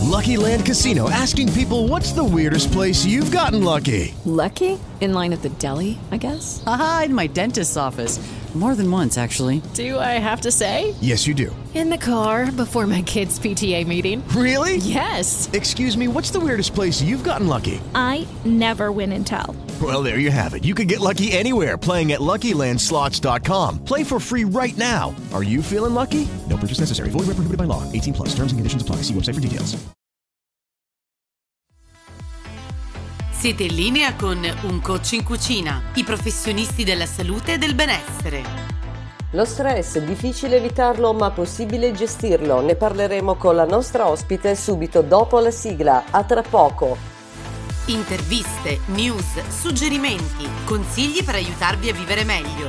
Lucky Land Casino, asking people, what's the weirdest place you've gotten lucky? Lucky? In line at the deli, I guess? Aha, in my dentist's office. More than once, actually. Do I have to say? Yes, you do. In the car before my kids' PTA meeting. Really? Yes. Excuse me, what's the weirdest place you've gotten lucky? I never win and tell. Well, there you have it. You can get lucky anywhere, playing at LuckyLandSlots.com. Play for free right now. Are you feeling lucky? No purchase necessary. Void where prohibited by law. 18 plus. Terms and conditions apply. See website for details. Siete in linea con Un Coach in Cucina, i professionisti della salute e del benessere. Lo stress è difficile evitarlo ma possibile gestirlo. Ne parleremo con la nostra ospite subito dopo la sigla. A tra poco. Interviste, news, suggerimenti, consigli per aiutarvi a vivere meglio.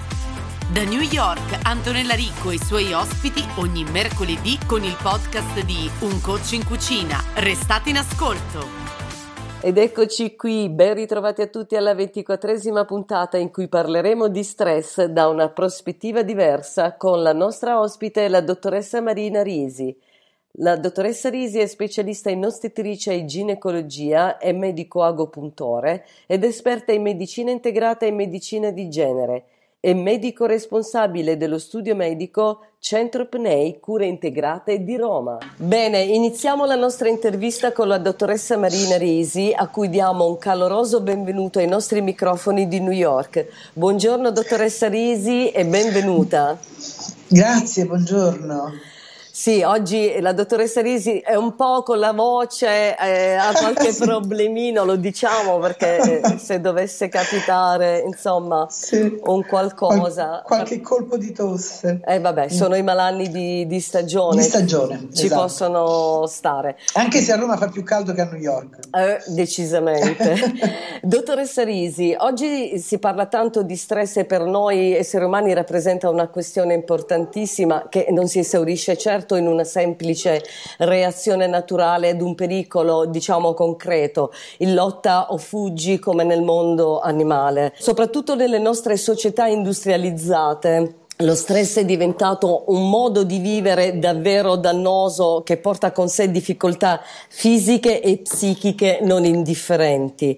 Da New York, Antonella Ricco e i suoi ospiti ogni mercoledì con il podcast di Un Coach in Cucina. Restate in ascolto! Ed eccoci qui, ben ritrovati a tutti alla 24esima puntata in cui parleremo di stress da una prospettiva diversa con la nostra ospite, la dottoressa Marina Risi. La dottoressa Risi è specialista in ostetricia e ginecologia, è medico agopuntore ed esperta in medicina integrata e medicina di genere. È medico responsabile dello studio medico Centro PNEI Cure Integrate di Roma. Bene, iniziamo la nostra intervista con la dottoressa Marina Risi, a cui diamo un caloroso benvenuto ai nostri microfoni di New York. Buongiorno dottoressa Risi e benvenuta. Grazie, buongiorno. Sì, oggi la dottoressa Risi è un po' con la voce, ha qualche sì. problemino, lo diciamo perché se dovesse capitare, insomma, sì. un qualcosa. Qualche colpo di tosse. Vabbè, sono i malanni di stagione. Di stagione, ci esatto. Possono stare. Anche se a Roma fa più caldo che a New York. Decisamente. Dottoressa Risi, oggi si parla tanto di stress e per noi esseri umani rappresenta una questione importantissima che non si esaurisce certo in una semplice reazione naturale ad un pericolo, diciamo, concreto, il lotta o fuggi come nel mondo animale. Soprattutto nelle nostre società industrializzate, lo stress è diventato un modo di vivere davvero dannoso che porta con sé difficoltà fisiche e psichiche non indifferenti.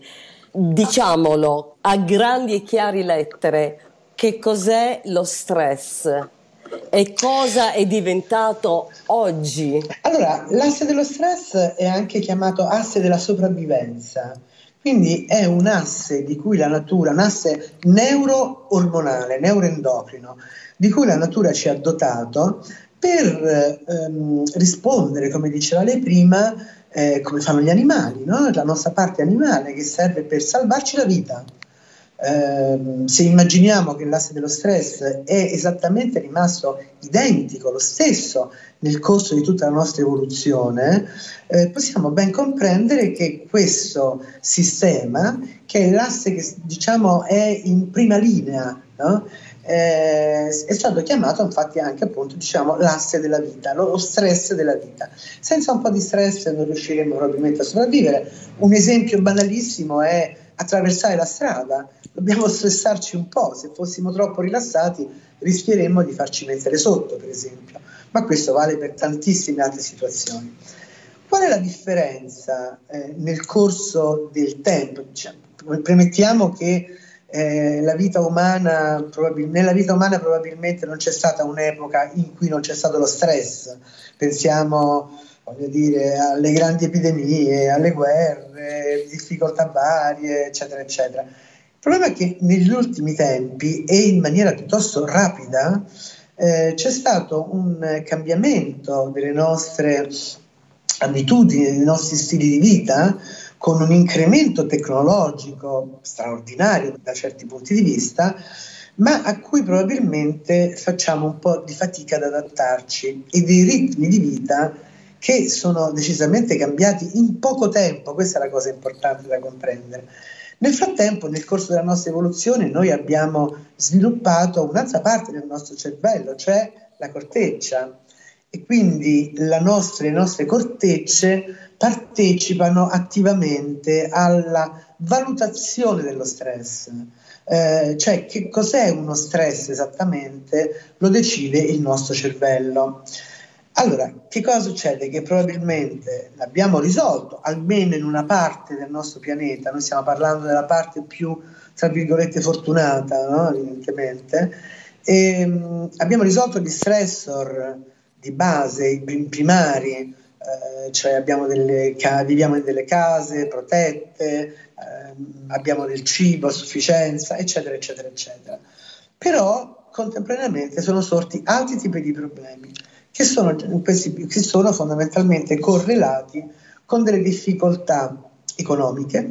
Diciamolo a grandi e chiari lettere, che cos'è lo stress? E cosa è diventato oggi? Allora, l'asse dello stress è anche chiamato asse della sopravvivenza, quindi è un asse di cui la natura, un asse neuro-ormonale, neuroendocrino, di cui la natura ci ha dotato per rispondere, come diceva lei prima, come fanno gli animali, no? La nostra parte animale che serve per salvarci la vita. Se immaginiamo che l'asse dello stress è esattamente rimasto identico, lo stesso nel corso di tutta la nostra evoluzione, possiamo ben comprendere che questo sistema, che è l'asse che diciamo è in prima linea, no? È stato chiamato infatti anche appunto diciamo l'asse della vita, lo stress della vita. Senza un po' di stress non riusciremo probabilmente a sopravvivere. Un esempio banalissimo è attraversare la strada. Dobbiamo stressarci un po', se fossimo troppo rilassati rischieremmo di farci mettere sotto, per esempio, ma questo vale per tantissime altre situazioni. Qual è la differenza nel corso del tempo? Diciamo, premettiamo che nella vita umana probabilmente non c'è stata un'epoca in cui non c'è stato lo stress. Pensiamo, voglio dire, alle grandi epidemie, alle guerre, difficoltà varie, eccetera, eccetera. Il problema è che negli ultimi tempi e in maniera piuttosto rapida c'è stato un cambiamento delle nostre abitudini, dei nostri stili di vita, con un incremento tecnologico straordinario da certi punti di vista, ma a cui probabilmente facciamo un po' di fatica ad adattarci e dei ritmi di vita che sono decisamente cambiati in poco tempo. Questa è la cosa importante da comprendere. Nel frattempo, nel corso della nostra evoluzione, noi abbiamo sviluppato un'altra parte del nostro cervello, cioè la corteccia, e quindi le nostre cortecce partecipano attivamente alla valutazione dello stress. Cioè, che cos'è uno stress esattamente? Lo decide il nostro cervello. Allora, che cosa succede? Che probabilmente l'abbiamo risolto, almeno in una parte del nostro pianeta. Noi stiamo parlando della parte più, tra virgolette, fortunata, no? Evidentemente. Abbiamo risolto gli stressor di base, i primari, cioè viviamo in delle case protette, abbiamo del cibo a sufficienza, eccetera, eccetera, eccetera. Però contemporaneamente sono sorti altri tipi di problemi che sono fondamentalmente correlati con delle difficoltà economiche,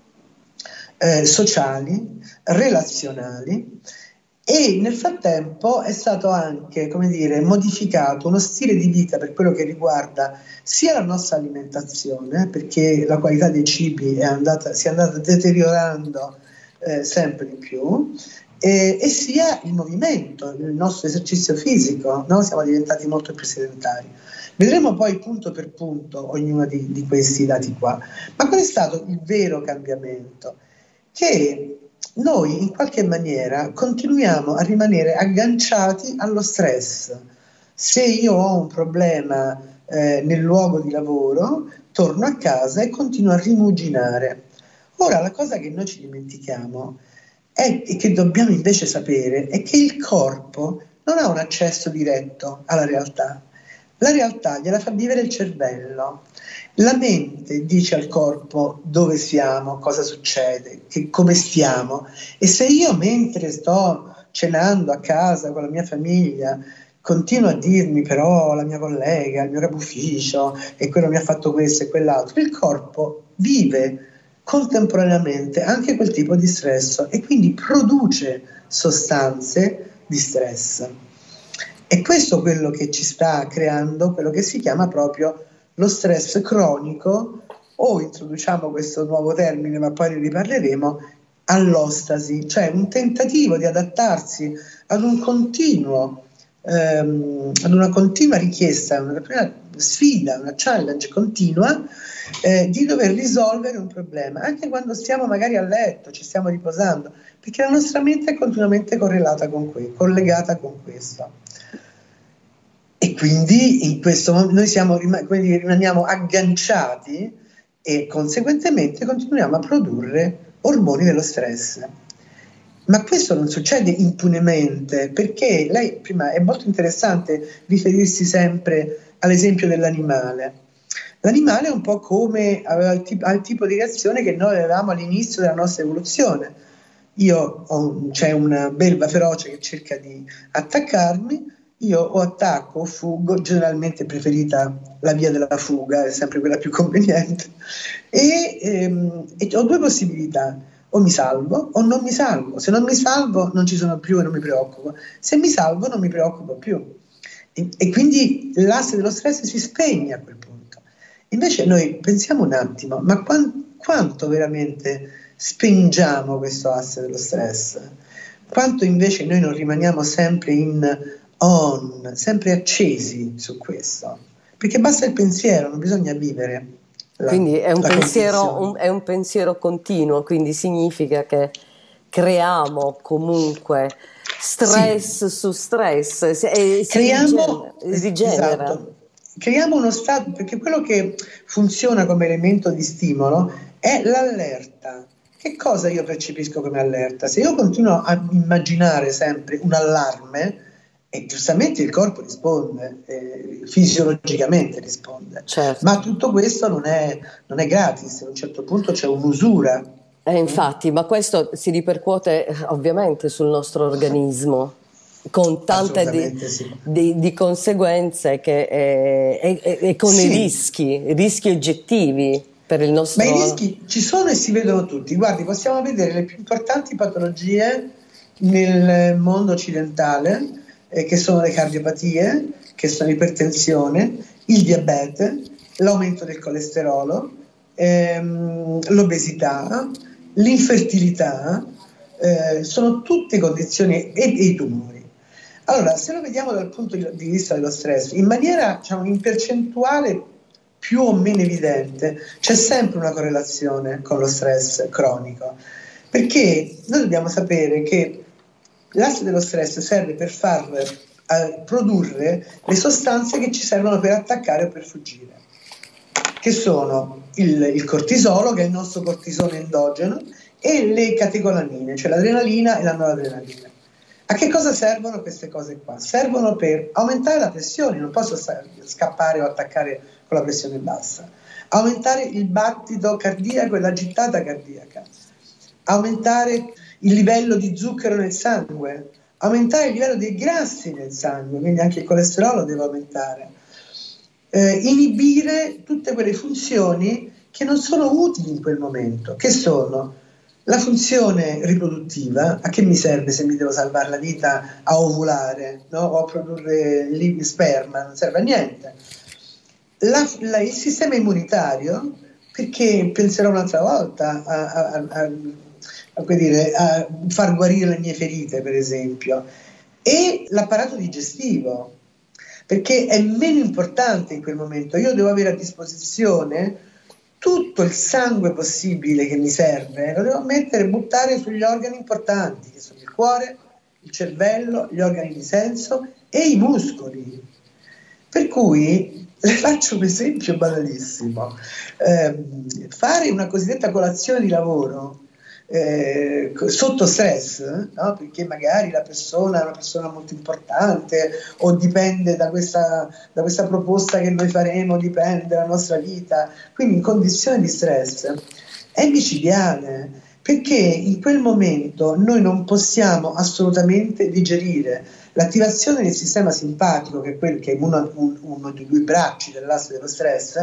sociali, relazionali, e nel frattempo è stato anche, come dire, modificato uno stile di vita per quello che riguarda sia la nostra alimentazione, perché la qualità dei cibi si è andata deteriorando sempre di più, e sia il movimento, il nostro esercizio fisico, no? Siamo diventati molto più sedentari. Vedremo poi punto per punto ognuno di questi dati qua. Ma qual è stato il vero cambiamento? Che noi in qualche maniera continuiamo a rimanere agganciati allo stress. Se io ho un problema nel luogo di lavoro, torno a casa e continuo a rimuginare. Ora, la cosa che noi ci dimentichiamo e che dobbiamo invece sapere è che il corpo non ha un accesso diretto alla realtà. La realtà gliela fa vivere il cervello. La mente dice al corpo dove siamo, cosa succede, come stiamo. E se io, mentre sto cenando a casa con la mia famiglia, continuo a dirmi però la mia collega, il mio capo ufficio, e quello mi ha fatto questo e quell'altro, il corpo vive contemporaneamente anche quel tipo di stress e quindi produce sostanze di stress. E questo è quello che ci sta creando quello che si chiama proprio lo stress cronico, o introduciamo questo nuovo termine, ma poi ne riparleremo, all'ostasi, cioè un tentativo di adattarsi ad un continuo, ad una continua richiesta, una sfida, una challenge continua, di dover risolvere un problema, anche quando stiamo magari a letto, ci stiamo riposando, perché la nostra mente è continuamente collegata con questo. E quindi in questo noi rimaniamo agganciati e conseguentemente continuiamo a produrre ormoni dello stress. Ma questo non succede impunemente, perché lei prima è molto interessante riferirsi sempre all'esempio dell'animale. L'animale è un po' come aveva il tipo di reazione che noi avevamo all'inizio della nostra evoluzione. C'è una belva feroce che cerca di attaccarmi, io o attacco o fuggo, generalmente preferita la via della fuga, è sempre quella più conveniente, e ho due possibilità: o mi salvo o non mi salvo. Se non mi salvo non ci sono più e non mi preoccupo, se mi salvo non mi preoccupo più, e quindi l'asse dello stress si spegne a quel punto. Invece noi pensiamo un attimo, ma quanto veramente spingiamo questo asse dello stress? Quanto invece noi non rimaniamo sempre sempre accesi su questo? Perché basta il pensiero, non bisogna vivere. Quindi è un pensiero continuo, quindi significa che creiamo comunque stress su stress e si rigenera. Esatto. Creiamo uno stato, perché quello che funziona come elemento di stimolo è l'allerta. Che cosa io percepisco come allerta? Se io continuo a immaginare sempre un allarme, e giustamente il corpo risponde, fisiologicamente risponde, certo. Ma tutto questo non è gratis, a un certo punto c'è un'usura. Infatti, ma questo si ripercuote ovviamente sul nostro organismo, con tante di conseguenze e con i rischi oggettivi per il nostro... Ma i rischi ci sono e si vedono tutti. Guardi, possiamo vedere le più importanti patologie nel mondo occidentale, che sono le cardiopatie, che sono l'ipertensione, il diabete, l'aumento del colesterolo, l'obesità, l'infertilità, sono tutte condizioni, e i tumori. Allora, se lo vediamo dal punto di vista dello stress, in maniera, in percentuale più o meno evidente, c'è sempre una correlazione con lo stress cronico, perché noi dobbiamo sapere che l'asse dello stress serve per far produrre le sostanze che ci servono per attaccare o per fuggire, che sono il cortisolo, che è il nostro cortisone endogeno, e le catecolamine, cioè l'adrenalina e la noradrenalina. A che cosa servono queste cose qua? Servono per aumentare la pressione, non posso scappare o attaccare con la pressione bassa, aumentare il battito cardiaco e la gittata cardiaca, aumentare il livello di zucchero nel sangue, aumentare il livello dei grassi nel sangue, quindi anche il colesterolo deve aumentare, inibire tutte quelle funzioni che non sono utili in quel momento, che sono la funzione riproduttiva. A che mi serve se mi devo salvare la vita a ovulare, no? O a produrre sperma? Non serve a niente. Il sistema immunitario, perché penserò un'altra volta a far guarire le mie ferite, per esempio, e l'apparato digestivo, perché è meno importante in quel momento. Io devo avere a disposizione tutto il sangue possibile che mi serve, lo devo buttare sugli organi importanti, che sono il cuore, il cervello, gli organi di senso e i muscoli. Per cui le faccio un esempio banalissimo: fare una cosiddetta colazione di lavoro sotto stress, no? Perché magari la persona è una persona molto importante, o dipende da questa proposta che noi faremo, dipende la nostra vita, quindi in condizioni di stress è micidiale, perché in quel momento noi non possiamo assolutamente digerire. L'attivazione del sistema simpatico, che è quello che è uno dei due bracci dell'asse dello stress,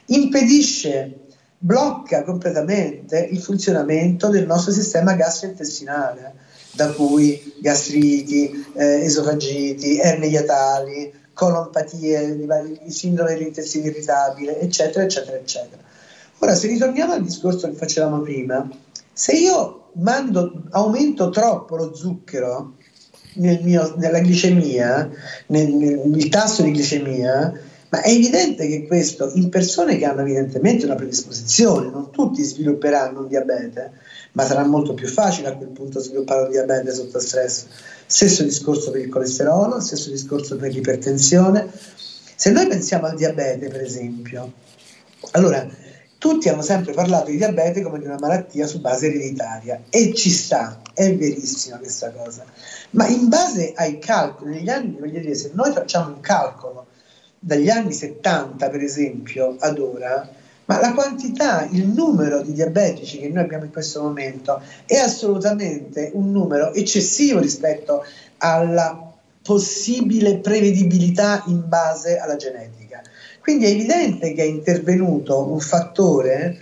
blocca completamente il funzionamento del nostro sistema gastrointestinale, da cui gastriti, esofagiti, ernie iatali, colompatie, sindrome dell'intestino irritabile, eccetera, eccetera, eccetera. Ora, se ritorniamo al discorso che facevamo prima, se io aumento troppo lo zucchero nella glicemia, il tasso di glicemia, ma è evidente che questo, in persone che hanno evidentemente una predisposizione, non tutti svilupperanno un diabete, ma sarà molto più facile a quel punto sviluppare un diabete sotto stress. Stesso discorso per il colesterolo, stesso discorso per l'ipertensione. Se noi pensiamo al diabete, per esempio, allora tutti hanno sempre parlato di diabete come di una malattia su base ereditaria, e ci sta, è verissima questa cosa, ma in base ai calcoli negli anni, voglio dire, se noi facciamo un calcolo dagli anni 70 per esempio ad ora, ma la quantità, il numero di diabetici che noi abbiamo in questo momento è assolutamente un numero eccessivo rispetto alla possibile prevedibilità in base alla genetica. Quindi è evidente che è intervenuto un fattore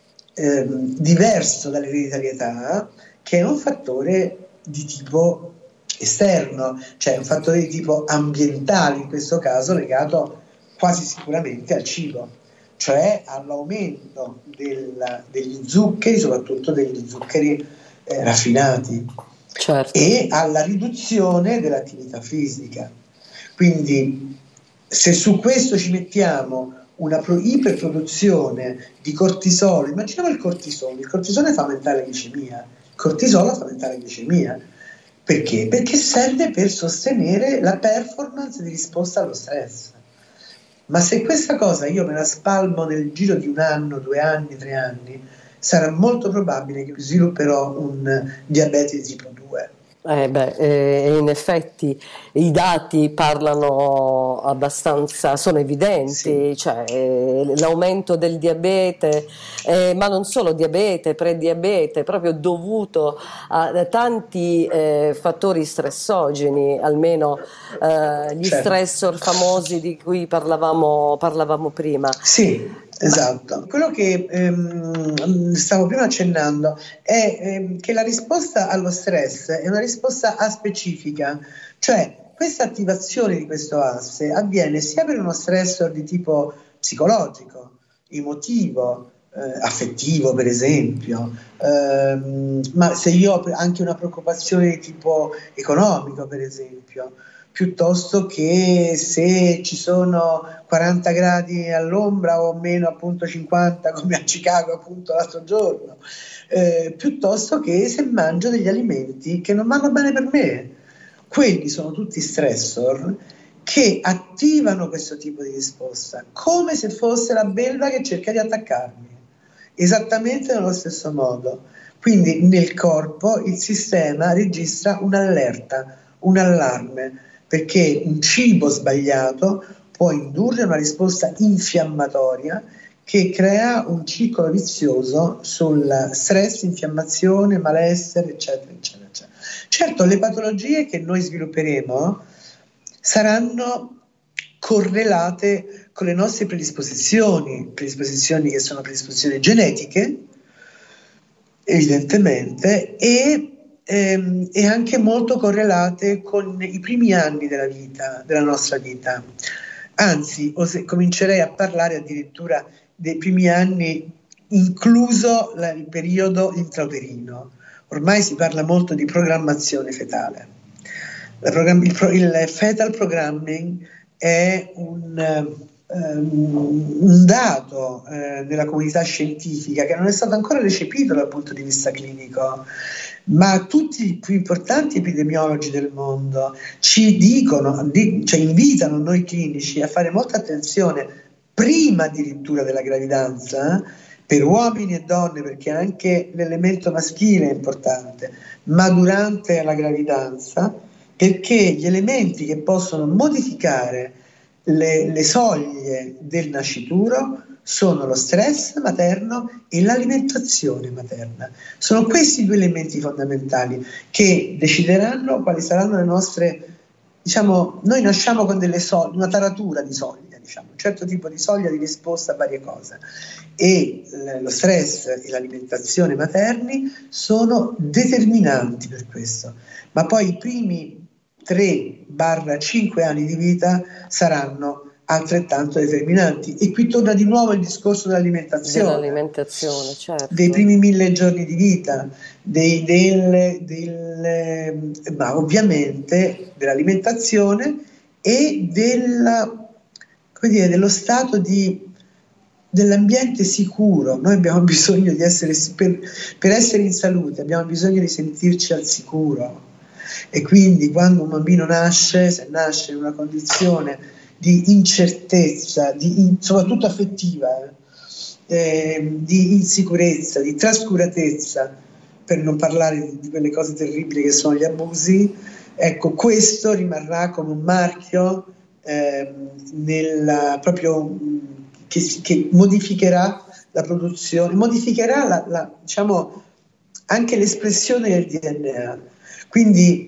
diverso dall'ereditarietà, che è un fattore di tipo esterno, cioè un fattore di tipo ambientale, in questo caso legato quasi sicuramente al cibo, cioè all'aumento degli zuccheri, soprattutto degli zuccheri raffinati, certo, e alla riduzione dell'attività fisica. Quindi se su questo ci mettiamo una iperproduzione di cortisolo, immaginiamo il cortisone fa aumentare la glicemia, il cortisolo fa aumentare la glicemia. Perché? Perché serve per sostenere la performance di risposta allo stress. Ma se questa cosa io me la spalmo nel giro di 1 anno, 2 anni, 3 anni, sarà molto probabile che svilupperò un diabete di tipo 2. In effetti i dati parlano abbastanza, sono evidenti, sì. Cioè, l'aumento del diabete, ma non solo diabete, prediabete, proprio dovuto a tanti fattori stressogeni, almeno gli stressor famosi di cui parlavamo prima. Sì. Esatto, quello che stavo prima accennando è che la risposta allo stress è una risposta aspecifica, cioè questa attivazione di questo asse avviene sia per uno stressor di tipo psicologico, emotivo, affettivo per esempio, ma se io ho anche una preoccupazione di tipo economico per esempio, piuttosto che se ci sono 40 gradi all'ombra o meno appunto 50 come a Chicago appunto l'altro giorno, piuttosto che se mangio degli alimenti che non vanno bene per me. quelli sono tutti stressor che attivano questo tipo di risposta, come se fosse la belva che cerca di attaccarmi, esattamente nello stesso modo. Quindi nel corpo il sistema registra un'allerta, un allarme, perché un cibo sbagliato può indurre una risposta infiammatoria che crea un ciclo vizioso sul stress, infiammazione, malessere, eccetera, eccetera, eccetera. Certo, le patologie che noi svilupperemo saranno correlate con le nostre predisposizioni che sono predisposizioni genetiche, evidentemente, e anche molto correlate con i primi anni della vita, della nostra vita. Anzi, comincerei a parlare addirittura dei primi anni, incluso il periodo intrauterino. Ormai si parla molto di programmazione fetale. Il fetal programming è un dato della comunità scientifica che non è stato ancora recepito dal punto di vista clinico, ma tutti i più importanti epidemiologi del mondo ci dicono, cioè invitano noi clinici a fare molta attenzione prima addirittura della gravidanza, per uomini e donne, perché anche l'elemento maschile è importante, ma durante la gravidanza, perché gli elementi che possono modificare le soglie del nascituro sono lo stress materno e l'alimentazione materna. Sono questi due elementi fondamentali che decideranno quali saranno le nostre, diciamo, noi nasciamo con delle soglie, una taratura di soglia, diciamo, un certo tipo di soglia di risposta a varie cose, e lo stress e l'alimentazione materni sono determinanti per questo, ma poi i primi 3-5 anni di vita saranno altrettanto determinanti. E qui torna di nuovo il discorso dell'alimentazione, certo. Dei primi 1000 giorni di vita, ma ovviamente dell'alimentazione e dello stato dell'ambiente sicuro. Noi abbiamo bisogno di essere, per essere in salute, abbiamo bisogno di sentirci al sicuro. E quindi quando un bambino nasce, se nasce in una condizione di incertezza, soprattutto affettiva, di insicurezza, di trascuratezza, per non parlare di quelle cose terribili che sono gli abusi, ecco, questo rimarrà come un marchio proprio che modificherà la produzione, modificherà diciamo anche l'espressione del DNA. Quindi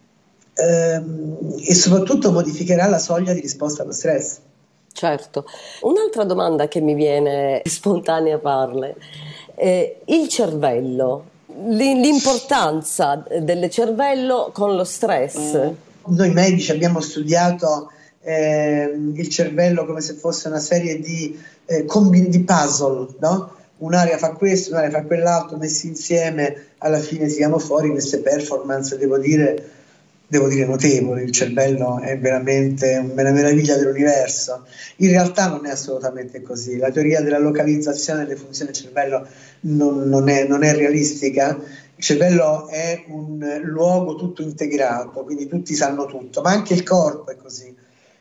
e soprattutto modificherà la soglia di risposta allo stress. Certo. Un'altra domanda che mi viene spontanea a farle, il cervello, l'importanza del cervello con lo stress. Noi medici abbiamo studiato il cervello come se fosse una serie di puzzle, no? Un'area fa questo, un'area fa quell'altro, messi insieme alla fine tiriamo fuori queste performance, devo dire notevoli. Il cervello è veramente una meraviglia dell'universo. In realtà non è assolutamente così. La teoria della localizzazione delle funzioni del cervello non è realistica. Il cervello è un luogo tutto integrato, quindi tutti sanno tutto, ma anche il corpo è così.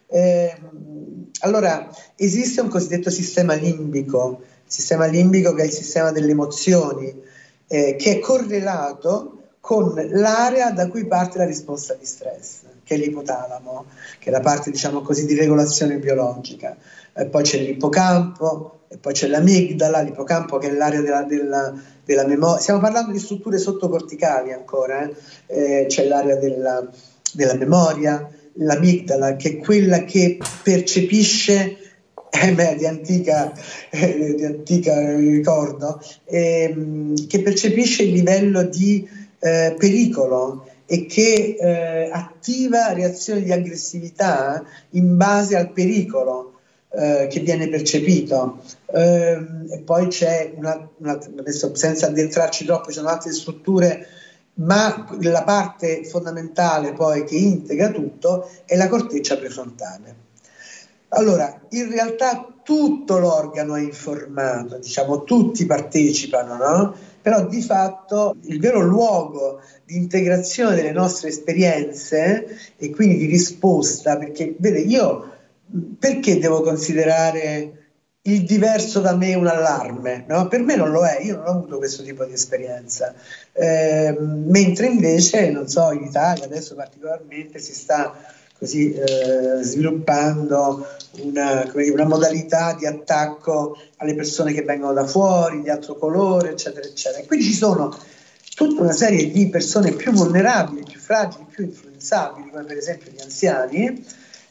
Allora esiste un cosiddetto sistema limbico che è il sistema delle emozioni, che è correlato con l'area da cui parte la risposta di stress, che è l'ipotalamo, che è la parte, diciamo così, di regolazione biologica. Poi c'è l'ippocampo, e poi c'è l'amigdala, l'ipocampo che è l'area della memoria. Stiamo parlando di strutture sottocorticali ancora, c'è l'area della memoria, l'amigdala che è quella che percepisce di antica ricordo, che percepisce il livello di pericolo e che attiva reazioni di aggressività in base al pericolo che viene percepito. E poi c'è adesso senza addentrarci troppo, ci sono altre strutture, ma la parte fondamentale poi che integra tutto è la corteccia prefrontale. Allora, in realtà tutto l'organo è informato, diciamo, tutti partecipano, no? Però di fatto il vero luogo di integrazione delle nostre esperienze e quindi di risposta, perché vede, io perché devo considerare il diverso da me un allarme? No? Per me non lo è, io non ho avuto questo tipo di esperienza, mentre invece, non so, in Italia adesso particolarmente si sta così sviluppando una modalità di attacco alle persone che vengono da fuori, di altro colore, eccetera, eccetera. E quindi ci sono tutta una serie di persone più vulnerabili, più fragili, più influenzabili, come per esempio gli anziani,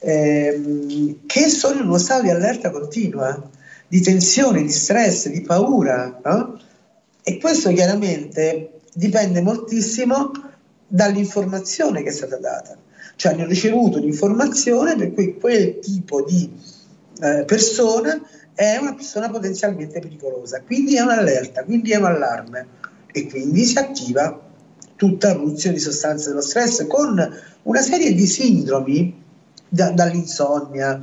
che sono in uno stato di allerta continua, di tensione, di stress, di paura, no? E questo chiaramente dipende moltissimo dall'informazione che è stata data. Cioè hanno ricevuto l'informazione per cui quel tipo di persona è una persona potenzialmente pericolosa, quindi è un'allerta, quindi è un allarme e quindi si attiva tutta la produzione di sostanze dello stress con una serie di sindromi, dall'insonnia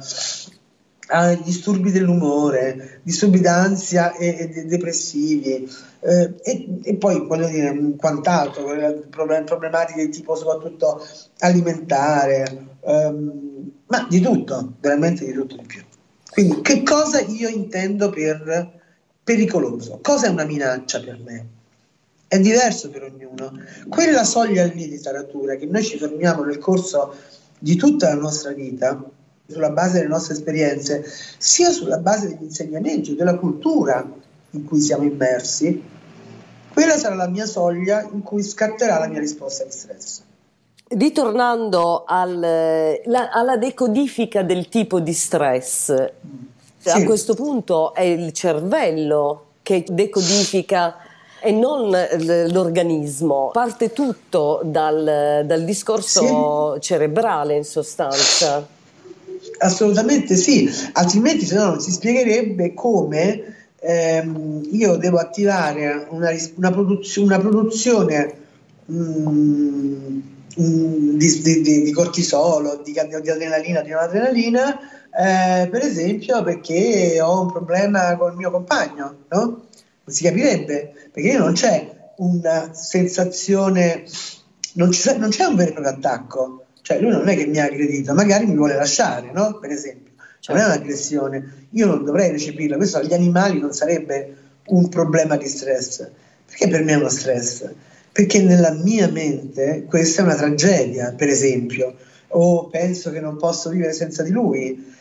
ai disturbi dell'umore, disturbi d'ansia e depressivi, e poi voglio dire quant'altro, problematiche di tipo soprattutto alimentare, ma di tutto, veramente di tutto di più. Quindi che cosa io intendo per pericoloso? Cosa è una minaccia per me? È diverso per ognuno. Quella soglia lì di taratura che noi ci fermiamo nel corso di tutta la nostra vita, sulla base delle nostre esperienze, sia sulla base degli insegnamenti, della cultura in cui siamo immersi, quella sarà la mia soglia in cui scatterà la mia risposta di stress. Ritornando alla decodifica del tipo di stress, sì. A questo punto è il cervello che decodifica e non l'organismo, parte tutto dal discorso cerebrale in sostanza. Assolutamente sì, altrimenti se no non si spiegherebbe come io devo attivare una produzione di cortisolo, di adrenalina, di noradrenalina, per esempio perché ho un problema con il mio compagno, no? Non si capirebbe, perché non c'è una sensazione, non c'è un vero e proprio attacco. Cioè lui non è che mi ha aggredito, magari mi vuole lasciare, no? Per esempio, non è un'aggressione, io non dovrei recepirla, questo agli animali non sarebbe un problema di stress, perché per me è uno stress, perché nella mia mente questa è una tragedia, per esempio, o penso che non posso vivere senza di lui,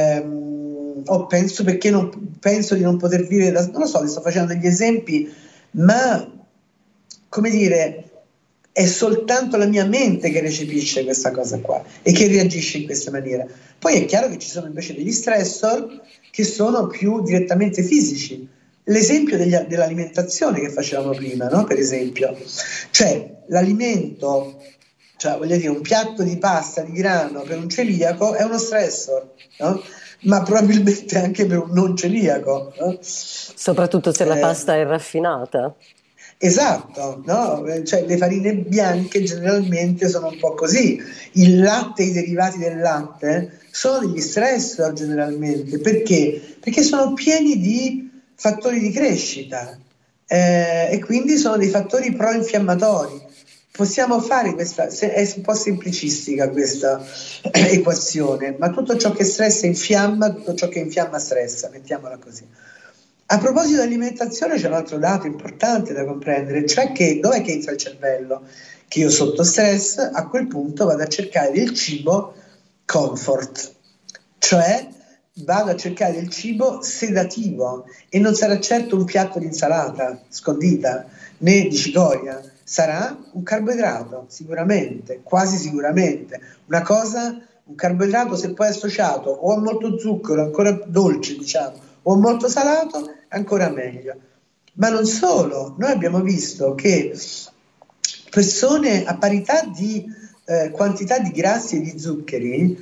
o penso di non poter vivere non lo so, ti sto facendo degli esempi, ma come dire, è soltanto la mia mente che recepisce questa cosa qua e che reagisce in questa maniera. Poi è chiaro che ci sono invece degli stressor che sono più direttamente fisici. L'esempio dell'alimentazione che facevamo prima, no? Per esempio, cioè l'alimento, cioè voglio dire un piatto di pasta di grano per un celiaco è uno stressor, no? Ma probabilmente anche per un non celiaco, no? Soprattutto se la pasta è raffinata. Esatto, no? Cioè, le farine bianche generalmente sono un po' così, il latte e i derivati del latte sono degli stressor generalmente, perché? Perché sono pieni di fattori di crescita e quindi sono dei fattori pro-infiammatori. Possiamo fare questa, è un po' semplicistica questa equazione, ma tutto ciò che stressa infiamma, tutto ciò che infiamma stressa, mettiamola così. A proposito dell'alimentazione c'è un altro dato importante da comprendere, cioè che dov'è che entra il cervello? Che io sotto stress a quel punto vado a cercare del cibo comfort, cioè vado a cercare del cibo sedativo e non sarà certo un piatto di insalata scondita né di cicoria, sarà un carboidrato sicuramente, quasi sicuramente, un carboidrato se poi associato o a molto zucchero, ancora dolce diciamo, o molto salato, ancora meglio. Ma non solo, noi abbiamo visto che persone a parità di quantità di grassi e di zuccheri,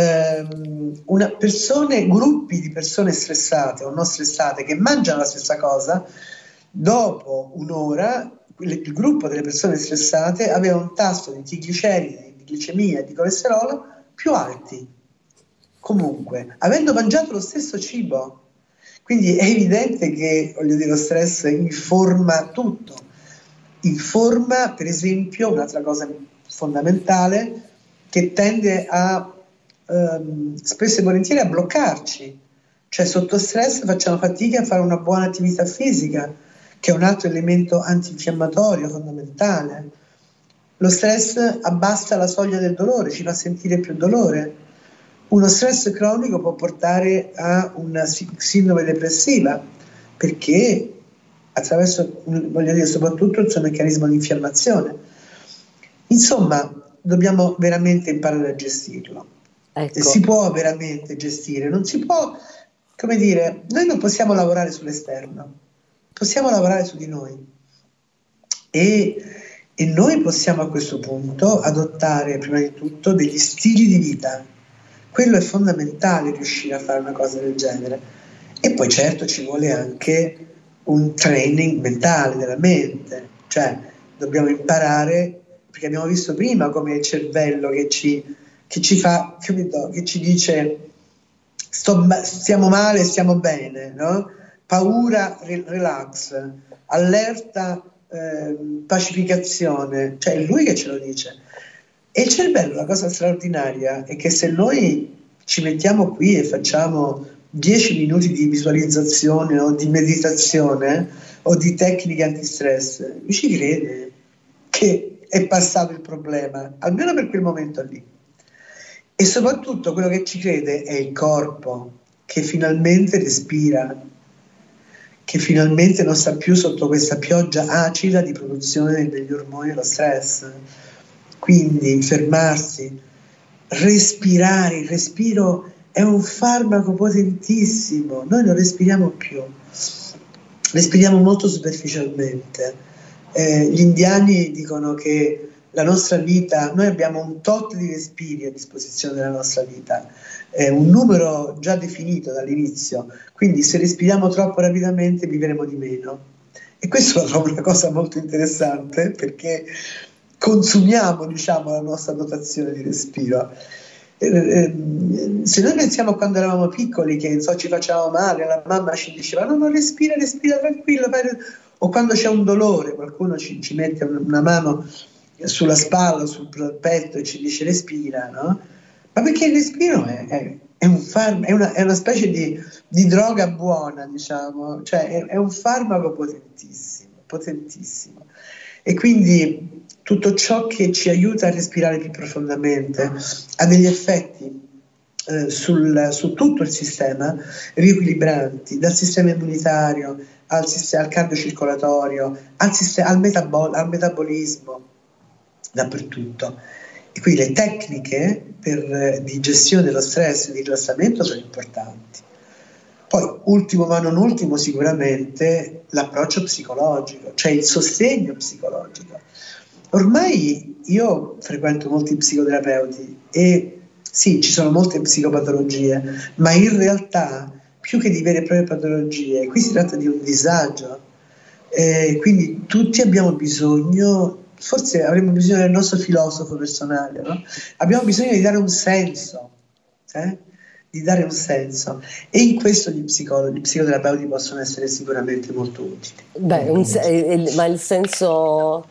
gruppi di persone stressate o non stressate che mangiano la stessa cosa, dopo un'ora il gruppo delle persone stressate aveva un tasso di trigliceridi, di glicemia e di colesterolo più alti. comunque, avendo mangiato lo stesso cibo. Quindi è evidente che, voglio dire, lo stress informa tutto. Informa, per esempio, un'altra cosa fondamentale, che tende a spesso e volentieri a bloccarci. Cioè sotto stress facciamo fatica a fare una buona attività fisica, che è un altro elemento antinfiammatorio fondamentale. Lo stress abbassa la soglia del dolore, ci fa sentire più dolore. Uno stress cronico può portare a una sindrome depressiva, perché attraverso, voglio dire, soprattutto il suo meccanismo di infiammazione. Insomma, dobbiamo veramente imparare a gestirlo. Ecco. Si può veramente gestire, non si può, come dire, noi non possiamo lavorare sull'esterno, possiamo lavorare su di noi. E noi possiamo a questo punto adottare prima di tutto degli stili di vita. Quello è fondamentale, riuscire a fare una cosa del genere. E poi certo ci vuole anche un training mentale della mente, cioè dobbiamo imparare, perché abbiamo visto prima come il cervello che ci fa, capito, che ci dice stiamo male, stiamo bene, no? Paura, relax, allerta, pacificazione, cioè è lui che ce lo dice. E il cervello, la cosa straordinaria è che se noi ci mettiamo qui e facciamo 10 minuti di visualizzazione o di meditazione o di tecniche antistress, lui ci crede che è passato il problema, almeno per quel momento lì. E soprattutto quello che ci crede è il corpo, che finalmente respira, che finalmente non sta più sotto questa pioggia acida di produzione degli ormoni dello stress. Quindi fermarsi, respirare, il respiro è un farmaco potentissimo, noi non respiriamo più, respiriamo molto superficialmente. Gli indiani dicono che la nostra vita, noi abbiamo un tot di respiri a disposizione della nostra vita, un numero già definito dall'inizio, quindi se respiriamo troppo rapidamente vivremo di meno. E questo lo trovo una cosa molto interessante, perché consumiamo, diciamo, la nostra dotazione di respiro. Se noi pensiamo a quando eravamo piccoli, che ci facevamo male, la mamma ci diceva no, respira tranquillo, o quando c'è un dolore qualcuno ci mette una mano sulla spalla, sul petto e ci dice respira, no? Ma perché il respiro è una specie di droga buona, diciamo, cioè è un farmaco potentissimo. E quindi tutto ciò che ci aiuta a respirare più profondamente ha degli effetti su tutto il sistema, riequilibranti, dal sistema immunitario al cardiocircolatorio, al metabolismo, dappertutto. E quindi le tecniche di gestione dello stress e di rilassamento sono importanti. Poi, ultimo ma non ultimo, sicuramente l'approccio psicologico, cioè il sostegno psicologico. Ormai io frequento molti psicoterapeuti e sì, ci sono molte psicopatologie, ma in realtà più che di vere e proprie patologie, qui si tratta di un disagio. Quindi tutti abbiamo bisogno, forse avremo bisogno del nostro filosofo personale, no? Abbiamo bisogno di dare un senso, di dare un senso, e in questo gli psicoterapeuti possono essere sicuramente molto utili. Ma il senso,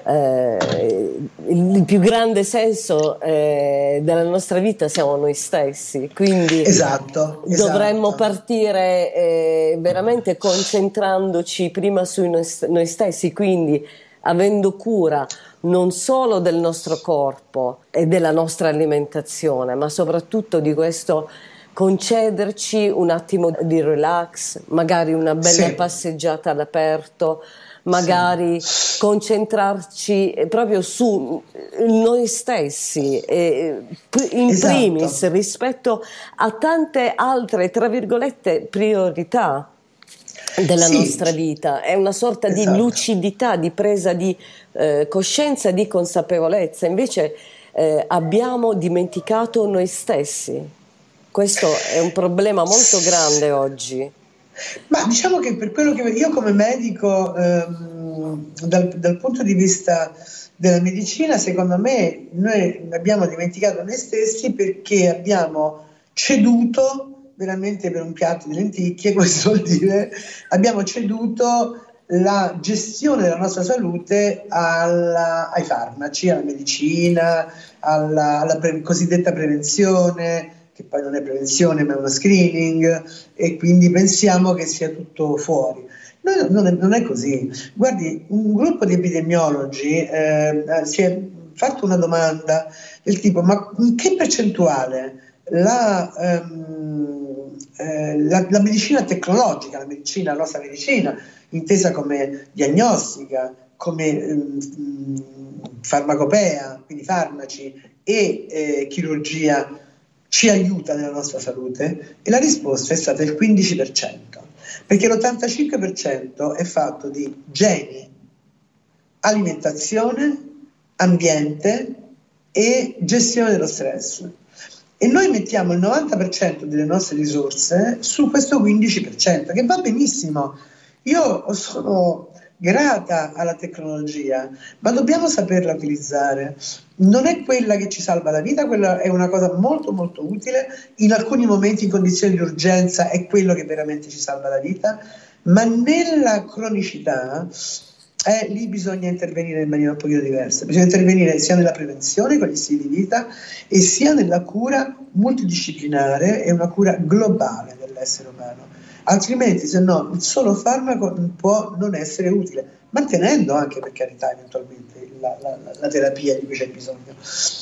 il più grande senso della nostra vita siamo noi stessi, quindi esatto. Dovremmo partire veramente concentrandoci prima su noi stessi, quindi avendo cura non solo del nostro corpo e della nostra alimentazione, ma soprattutto di questo concederci un attimo di relax, magari una bella passeggiata all'aperto, magari concentrarci proprio su noi stessi in primis rispetto a tante altre, tra virgolette, priorità della nostra vita. È una sorta di lucidità, di presa di coscienza, di consapevolezza. Invece abbiamo dimenticato noi stessi. Questo è un problema molto grande oggi. Ma diciamo che per quello che io come medico, dal punto di vista della medicina, secondo me noi abbiamo dimenticato noi stessi perché abbiamo ceduto veramente per un piatto di lenticchie, questo vuol dire, abbiamo ceduto la gestione della nostra salute ai farmaci, alla medicina, alla cosiddetta prevenzione, che poi non è prevenzione ma è uno screening, e quindi pensiamo che sia tutto fuori. Non è così. Guardi, un gruppo di epidemiologi si è fatto una domanda del tipo: ma in che percentuale la medicina tecnologica, la nostra medicina, intesa come diagnostica, come farmacopea, quindi farmaci, e chirurgia, ci aiuta nella nostra salute? E la risposta è stata il 15%, perché l'85% è fatto di geni, alimentazione, ambiente e gestione dello stress. E noi mettiamo il 90% delle nostre risorse su questo 15%, che va benissimo. Io sono grata alla tecnologia, ma dobbiamo saperla utilizzare. Non è quella che ci salva la vita, quella è una cosa molto molto utile, in alcuni momenti, in condizioni di urgenza, è quello che veramente ci salva la vita, ma nella cronicità lì bisogna intervenire in maniera un pochino diversa. Bisogna intervenire sia nella prevenzione con gli stili di vita e sia nella cura multidisciplinare e una cura globale dell'essere umano. Altrimenti, se no, il solo farmaco può non essere utile, mantenendo anche, per carità, eventualmente la terapia di cui c'è bisogno.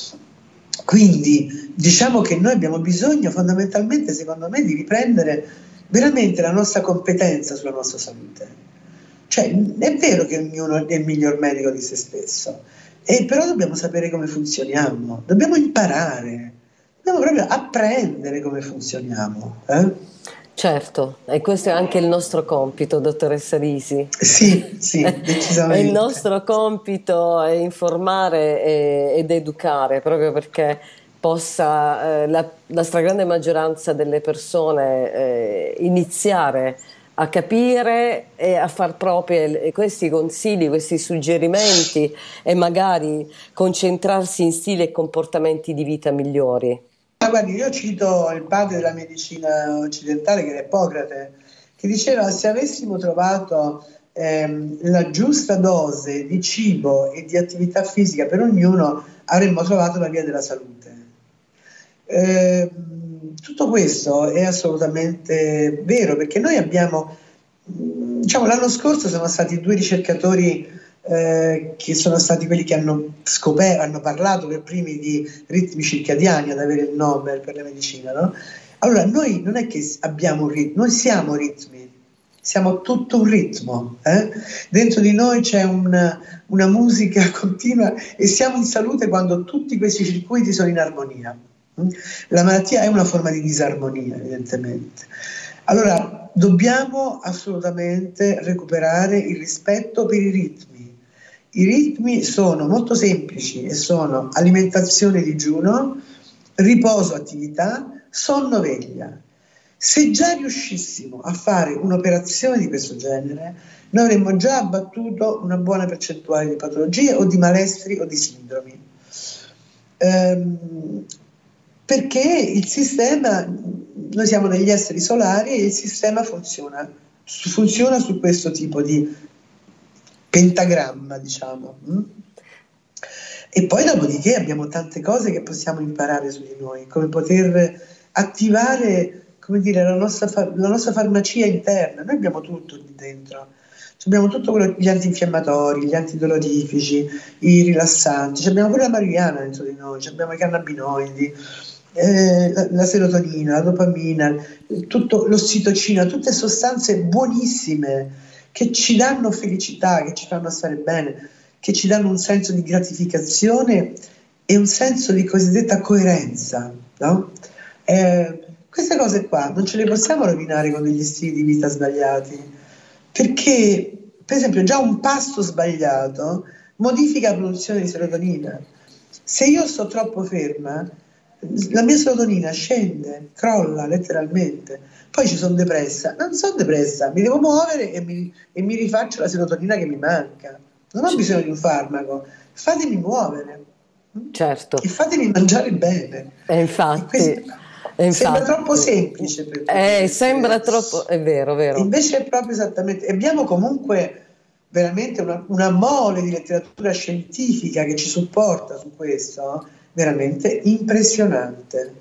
Quindi diciamo che noi abbiamo bisogno fondamentalmente, secondo me, di riprendere veramente la nostra competenza sulla nostra salute. Cioè, è vero che ognuno è il miglior medico di se stesso, però dobbiamo sapere come funzioniamo, dobbiamo imparare, dobbiamo proprio apprendere come funzioniamo. Certo, e questo è anche il nostro compito, dottoressa Risi. Sì, decisamente. Il nostro compito è informare ed educare, proprio perché possa la stragrande maggioranza delle persone iniziare a capire e a far proprie questi consigli, questi suggerimenti, e magari concentrarsi in stili e comportamenti di vita migliori. Guardi, io cito il padre della medicina occidentale, che era Ippocrate, che diceva: se avessimo trovato la giusta dose di cibo e di attività fisica per ognuno, avremmo trovato la via della salute. Tutto questo è assolutamente vero, perché noi abbiamo, l'anno scorso sono stati 2 ricercatori che sono stati quelli che hanno parlato per primi di ritmi circadiani ad avere il Nobel per la medicina, no? Allora, noi non è che abbiamo un ritmo, noi siamo ritmi, siamo tutto un ritmo. Dentro di noi c'è una musica continua e siamo in salute quando tutti questi circuiti sono in armonia. La malattia è una forma di disarmonia, evidentemente. Allora, dobbiamo assolutamente recuperare il rispetto per i ritmi. I ritmi sono molto semplici e sono alimentazione, digiuno, riposo, attività, sonno, veglia. Se già riuscissimo a fare un'operazione di questo genere, noi avremmo già abbattuto una buona percentuale di patologie o di malestri o di sindromi. Perché il sistema, noi siamo degli esseri solari e il sistema funziona su questo tipo di pentagramma, diciamo. E poi dopodiché abbiamo tante cose che possiamo imparare su di noi, come poter attivare, come dire, la nostra farmacia interna. Noi abbiamo tutto lì dentro. Abbiamo tutto quello, gli antinfiammatori, gli antidolorifici, i rilassanti, abbiamo pure la marijuana dentro di noi, abbiamo i cannabinoidi, la serotonina, la dopamina, tutto, l'ossitocina, tutte sostanze buonissime che ci danno felicità, che ci fanno stare bene, che ci danno un senso di gratificazione e un senso di cosiddetta coerenza, no? Queste cose qua non ce le possiamo rovinare con degli stili di vita sbagliati, perché per esempio già un pasto sbagliato modifica la produzione di serotonina. Se io sto troppo ferma, la mia serotonina scende, crolla letteralmente. Poi ci sono depressa, non sono depressa, mi devo muovere e mi rifaccio la serotonina che mi manca. Non ho bisogno di un farmaco, fatemi muovere. Certo. E fatemi mangiare bene. E infatti Sembra troppo semplice per sembra troppo, è vero. Invece è proprio esattamente. Abbiamo comunque veramente una mole di letteratura scientifica che ci supporta su questo, veramente impressionante.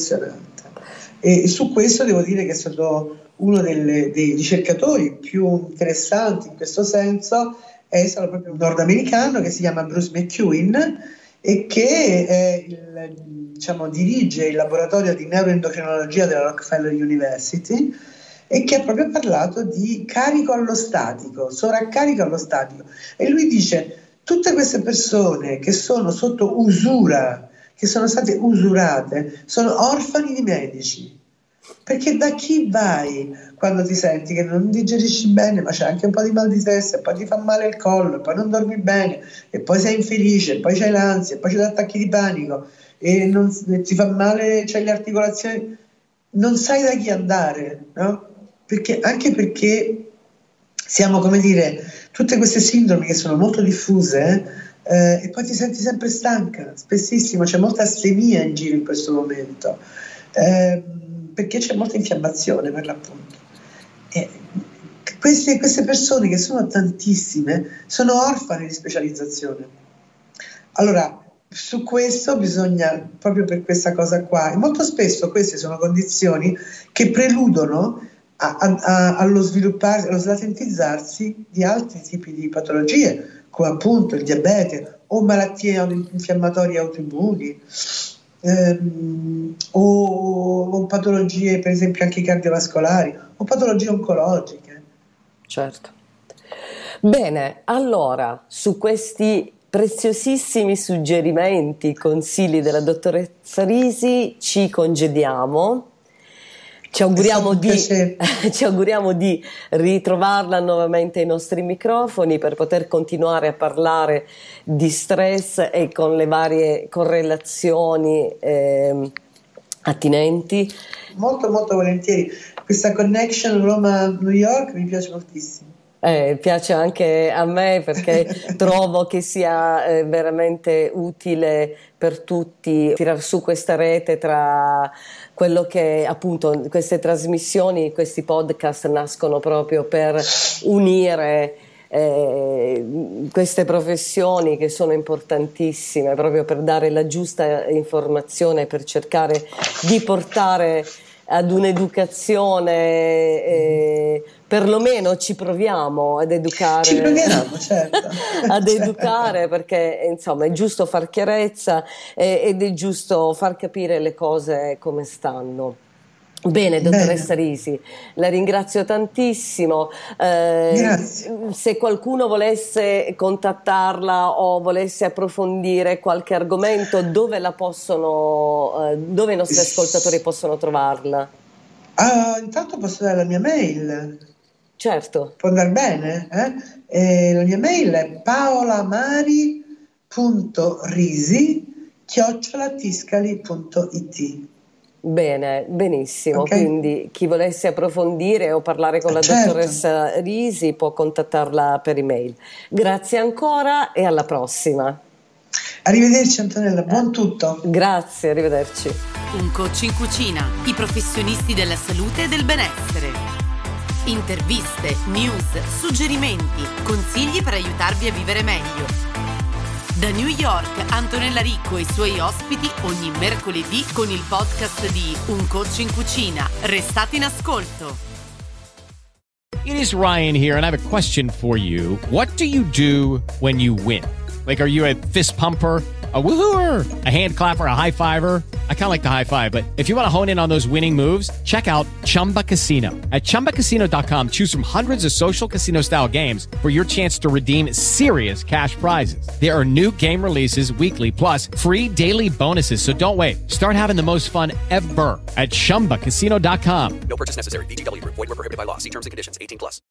E su questo devo dire che è stato uno dei ricercatori più interessanti in questo senso, è stato proprio un nordamericano che si chiama Bruce McEwen e che dirige il laboratorio di neuroendocrinologia della Rockefeller University, e che ha proprio parlato di carico allostatico, sovraccarico allostatico. E lui dice: tutte queste persone che sono sotto usura, che sono state usurate, sono orfani di medici. Perché da chi vai quando ti senti che non digerisci bene, ma c'è anche un po' di mal di testa, e poi ti fa male il collo, e poi non dormi bene, e poi sei infelice, e poi c'hai l'ansia, e poi c'hai attacchi di panico, e ti fa male, c'hai le articolazioni, non sai da chi andare, no? Anche perché siamo, come dire, tutte queste sindromi che sono molto diffuse, e poi ti senti sempre stanca, spessissimo, c'è molta astemia in giro in questo momento, perché c'è molta infiammazione per l'appunto. Queste persone, che sono tantissime, sono orfane di specializzazione. Allora, su questo bisogna, proprio per questa cosa qua, e molto spesso queste sono condizioni che preludono allo svilupparsi, allo slatentizzarsi di altri tipi di patologie, come appunto il diabete o malattie infiammatorie autoimmuni, o patologie per esempio anche cardiovascolari o patologie oncologiche. Certo. Bene, allora su questi preziosissimi suggerimenti, consigli della dottoressa Risi ci congediamo. Ci auguriamo di ritrovarla nuovamente ai nostri microfoni per poter continuare a parlare di stress e con le varie correlazioni attinenti. Molto molto volentieri. Questa connection Roma-New York mi piace moltissimo. Piace anche a me, perché trovo che sia veramente utile per tutti tirar su questa rete tra quello che appunto queste trasmissioni, questi podcast nascono proprio per unire queste professioni che sono importantissime, proprio per dare la giusta informazione, per cercare di portare ad un'educazione, perlomeno ci proviamo ad educare. Ci proviamo, certo. Ad educare, perché insomma è giusto far chiarezza ed è giusto far capire le cose come stanno. Bene, dottoressa Risi, la ringrazio tantissimo. Grazie. Se qualcuno volesse contattarla o volesse approfondire qualche argomento, dove la possono, dove i nostri ascoltatori possono trovarla? Intanto posso dare la mia mail. Certo. Può andare bene? La mia mail è paolamari.risi@tiscali.it. Bene, benissimo, okay. Quindi chi volesse approfondire o parlare con la dottoressa Risi può contattarla per email. Grazie ancora e alla prossima. Arrivederci Antonella, buon tutto. Grazie, arrivederci. Un coach in cucina, i professionisti della salute e del benessere. Interviste, news, suggerimenti, consigli per aiutarvi a vivere meglio. Da New York, Antonella Ricco e i suoi ospiti ogni mercoledì con il podcast di Un Coach in Cucina. Restate in ascolto. It is Ryan here, and I have a question for you. What do you do when you win? Like, are you a fist pumper, a woohooer, a hand clapper, a high fiver? I kind of like the high five, but if you want to hone in on those winning moves, check out Chumba Casino. At ChumbaCasino.com, choose from hundreds of social casino style games for your chance to redeem serious cash prizes. There are new game releases weekly, plus free daily bonuses. So don't wait. Start having the most fun ever at ChumbaCasino.com. No purchase necessary. VGW Group. Void where prohibited by law. See terms and conditions. 18+.